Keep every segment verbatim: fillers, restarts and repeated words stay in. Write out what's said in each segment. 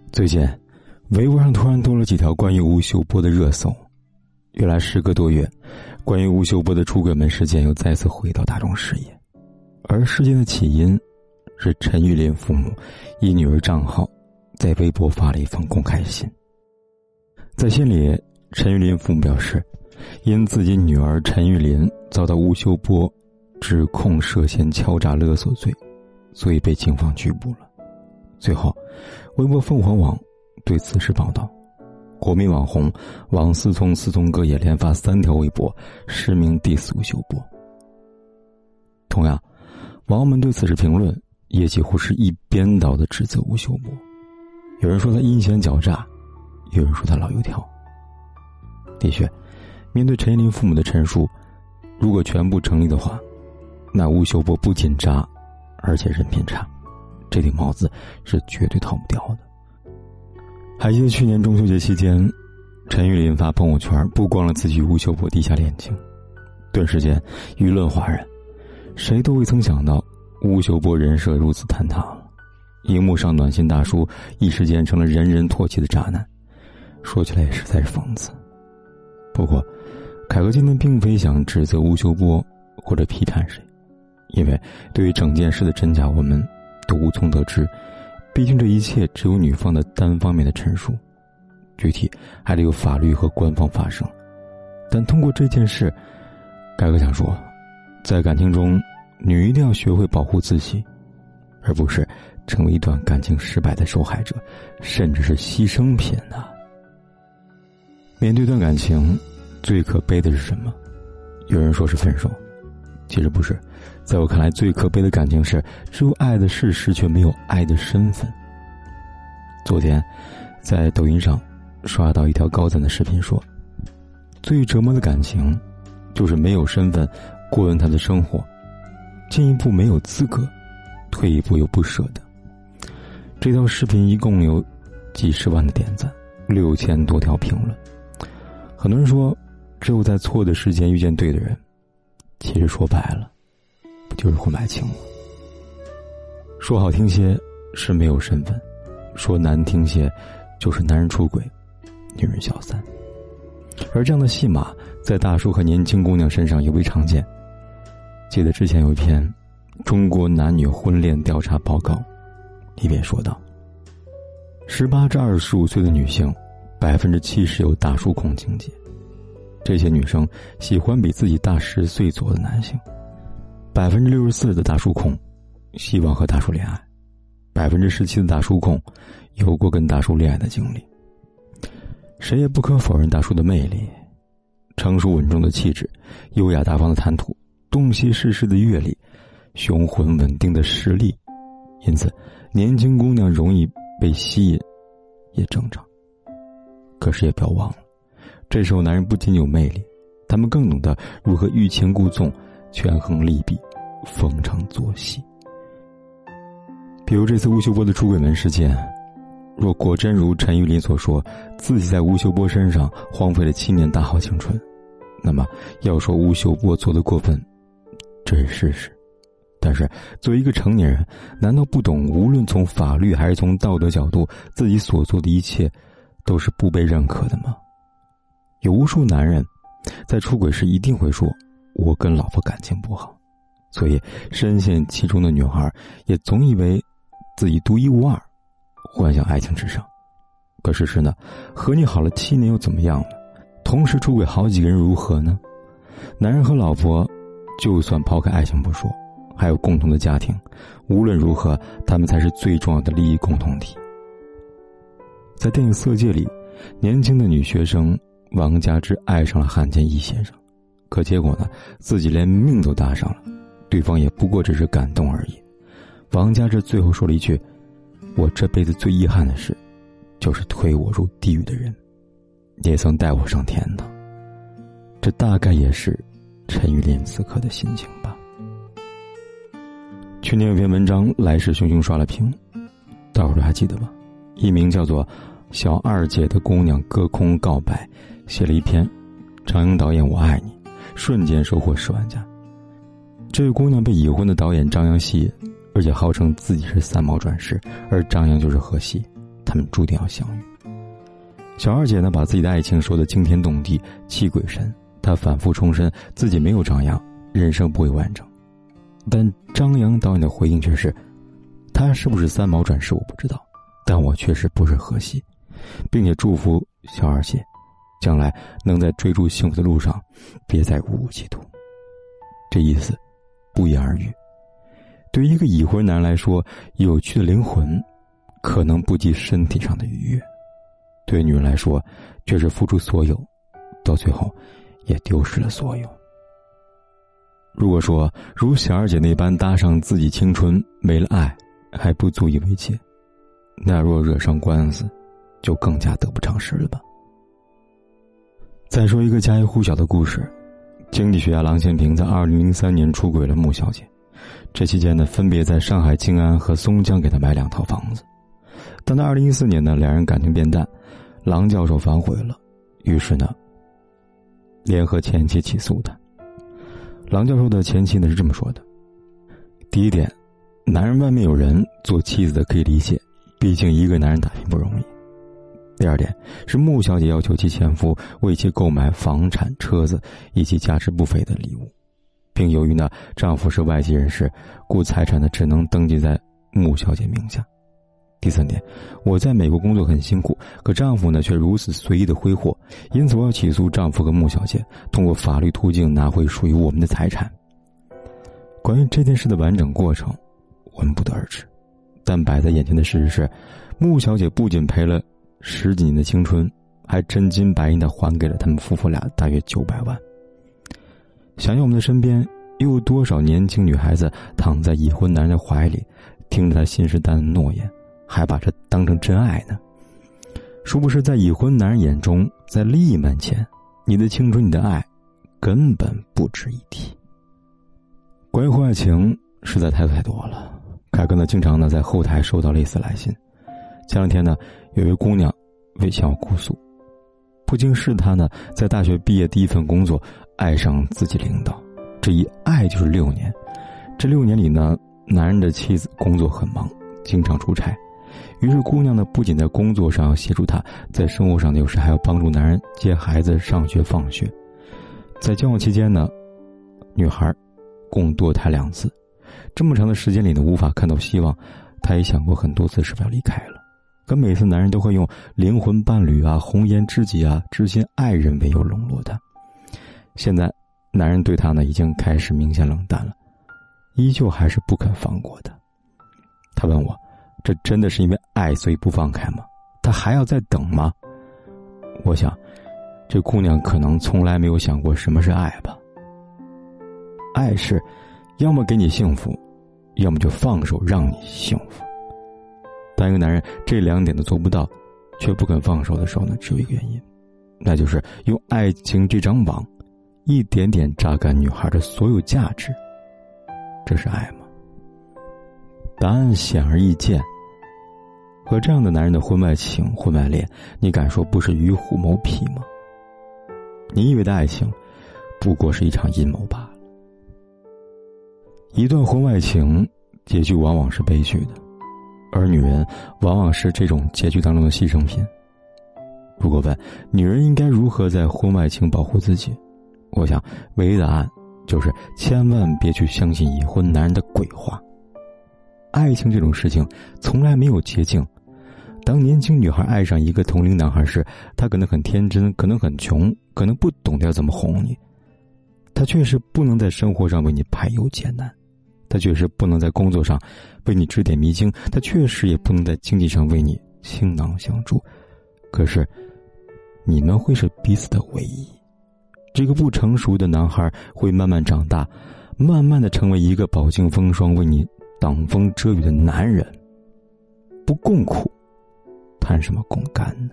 最近微博上突然多了几条关于吴秀波的热搜，原来时隔多月，关于吴秀波的出轨门事件又再次回到大众视野。而事件的起因是陈玉林父母以女儿账号在微博发了一封公开信。在信里，陈玉林父母表示，因自己女儿陈玉林遭到吴秀波指控涉嫌敲诈勒索罪，所以被警方拘捕了。随后，微博凤凰网对此事报道，国民网红王思聪思聪哥也连发三条微博，实名 diss 吴秀波。同样，网友们对此事评论也几乎是一边倒的指责吴秀波，有人说他阴险狡诈，有人说他老油条。的确，面对陈玉林父母的陈述，如果全部成立的话，那吴秀波不仅渣，而且人品差，这顶帽子是绝对逃不掉的。还记得去年中秋节期间，陈玉林发朋友圈曝光了自己与吴秀波地下恋情，顿时间舆论哗然，谁都未曾想到吴秀波人设如此坍塌了，荧幕上暖心大叔一时间成了人人唾弃的渣男，说起来也实在是讽刺。不过凯哥今天并非想指责吴秀波或者批判谁，因为对于整件事的真假我们都无从得知，毕竟这一切只有女方的单方面的陈述，具体还得由法律和官方发声。但通过这件事，凯哥想说，在感情中女一定要学会保护自己，而不是成为一段感情失败的受害者，甚至是牺牲品啊。面对一段感情，最可悲的是什么？有人说是分手，其实不是。在我看来，最可悲的感情是只有爱的事实却没有爱的身份。昨天在抖音上刷到一条高赞的视频，说最折磨的感情就是没有身份过问他的生活，进一步没有资格，退一步又不舍得。这条视频一共有几十万的点赞，六千多条评论。很多人说，只有在错的时间遇见对的人，其实说白了不就是婚外情吗？说好听些是没有身份，说难听些就是男人出轨，女人小三。而这样的戏码在大叔和年轻姑娘身上尤为常见。记得之前有一篇中国男女婚恋调查报告，里边说道，十八至二十五岁的女性百分之七十有大叔控情节，这些女生喜欢比自己大十岁左右的男性。百分之六十四的大叔控希望和大叔恋爱，百分之十七的大叔控有过跟大叔恋爱的经历。谁也不可否认大叔的魅力，成熟稳重的气质，优雅大方的谈吐，洞悉世事的阅历，雄浑稳定的实力，因此年轻姑娘容易被吸引也正常。可是也不要忘了，这时候男人不仅有魅力，他们更懂得如何欲擒故纵，权衡利弊，逢场作戏。比如这次吴秀波的出轨门事件，若果真如陈玉林所说，自己在吴秀波身上荒废了七年大好青春，那么要说吴秀波做得过分，这是事实。但是作为一个成年人，难道不懂无论从法律还是从道德角度，自己所做的一切都是不被认可的吗？有无数男人在出轨时一定会说，我跟老婆感情不好，所以深陷其中的女孩也总以为自己独一无二，幻想爱情至上。可事实呢，和你好了七年又怎么样呢？同时出轨好几个人如何呢？男人和老婆就算抛开爱情不说，还有共同的家庭，无论如何他们才是最重要的利益共同体。在电影《色戒》里，年轻的女学生王佳芝爱上了汉奸易先生，可结果呢，自己连命都搭上了，对方也不过只是感动而已。王佳芝最后说了一句，我这辈子最遗憾的事就是推我入地狱的人也曾带我上天堂。这大概也是陈玉林此刻的心情吧。去年有篇文章来势汹汹刷了屏，大伙儿还记得吧？一名叫做小二姐的姑娘隔空告白，写了一篇张英导演我爱你，瞬间收获十万加。这位姑娘被已婚的导演张扬吸引，而且号称自己是三毛转世，而张扬就是荷西， 他们注定要相遇。小二姐呢，把自己的爱情说得惊天动地、泣鬼神，她反复重申自己没有张扬，人生不会完整。但张扬导演的回应却是，他是不是三毛转世我不知道，但我确实不是荷西，并且祝福小二姐将来能在追逐幸福的路上别再误无歧途。这意思不言而喻。对于一个已婚男人来说，有趣的灵魂可能不及身体上的愉悦，对于女人来说却是付出所有，到最后也丢失了所有。如果说如小二姐那般搭上自己青春，没了爱还不足以为戒，那若惹上官司就更加得不偿失了吧。再说一个家喻户晓的故事，经济学家郎咸平在二零零三年出轨了穆小姐，这期间呢，分别在上海静安和松江给她买两套房子。但在二零一四年呢，两人感情变淡，郎教授反悔了，于是呢联合前妻起诉他。郎教授的前妻呢是这么说的：第一点，男人外面有人做妻子的可以理解，毕竟一个男人打拼不容易。第二点是穆小姐要求其前夫为其购买房产、车子以及价值不菲的礼物，并由于呢丈夫是外籍人士，故财产呢只能登记在穆小姐名下。第三点，我在美国工作很辛苦，可丈夫呢却如此随意的挥霍，因此我要起诉丈夫和穆小姐，通过法律途径拿回属于我们的财产。关于这件事的完整过程我们不得而知，但摆在眼前的事实是，穆小姐不仅赔了十几年的青春，还真金白银地还给了他们夫妇俩大约九百万。想想我们的身边又有多少年轻女孩子躺在已婚男人的怀里，听着他信誓旦旦的诺言，还把这当成真爱呢？殊不知在已婚男人眼中，在利益面前，你的青春、你的爱根本不值一提。关于婚外情实在太多太多了，凯哥呢经常呢在后台收到类似来信。前两天呢，有一位姑娘为向我哭诉，不经事她呢在大学毕业第一份工作爱上自己领导，这一爱就是六年。这六年里呢，男人的妻子工作很忙，经常出差，于是姑娘呢不仅在工作上要协助他，在生活上有时还要帮助男人接孩子上学放学。在交往期间呢，女孩共堕胎两次，这么长的时间里呢无法看到希望，她也想过很多次是否要离开了，可每次男人都会用灵魂伴侣啊、红颜知己啊、知心爱人为由笼络她。现在男人对她呢已经开始明显冷淡了，依旧还是不肯放过她。他问我，这真的是因为爱所以不放开吗？他还要再等吗？我想这姑娘可能从来没有想过什么是爱吧。爱是要么给你幸福，要么就放手让你幸福。当一个男人这两点都做不到，却不肯放手的时候呢，只有一个原因，那就是用爱情这张网一点点榨干女孩的所有价值。这是爱吗？答案显而易见。和这样的男人的婚外情、婚外恋，你敢说不是与虎谋皮吗？你以为的爱情不过是一场阴谋罢了。一段婚外情结局往往是悲剧的，而女人往往是这种结局当中的牺牲品。如果问女人应该如何在婚外情保护自己，我想唯一的答案就是千万别去相信已婚男人的鬼话。爱情这种事情从来没有捷径。当年轻女孩爱上一个同龄男孩时，他可能很天真，可能很穷，可能不懂得要怎么哄你，他确实不能在生活上为你排忧解难，他确实不能在工作上为你指点迷津，他确实也不能在经济上为你倾囊相助。可是你们会是彼此的唯一。这个不成熟的男孩会慢慢长大，慢慢的成为一个饱经风霜为你挡风遮雨的男人。不共苦谈什么共甘呢？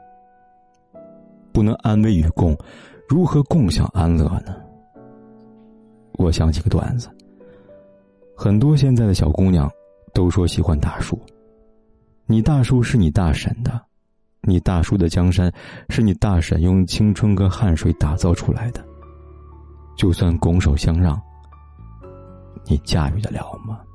不能安危与共，如何共享安乐呢？我想起个段子，很多现在的小姑娘都说喜欢大叔，你大叔是你大婶的，你大叔的江山是你大婶用青春跟汗水打造出来的，就算拱手相让，你驾驭得了吗？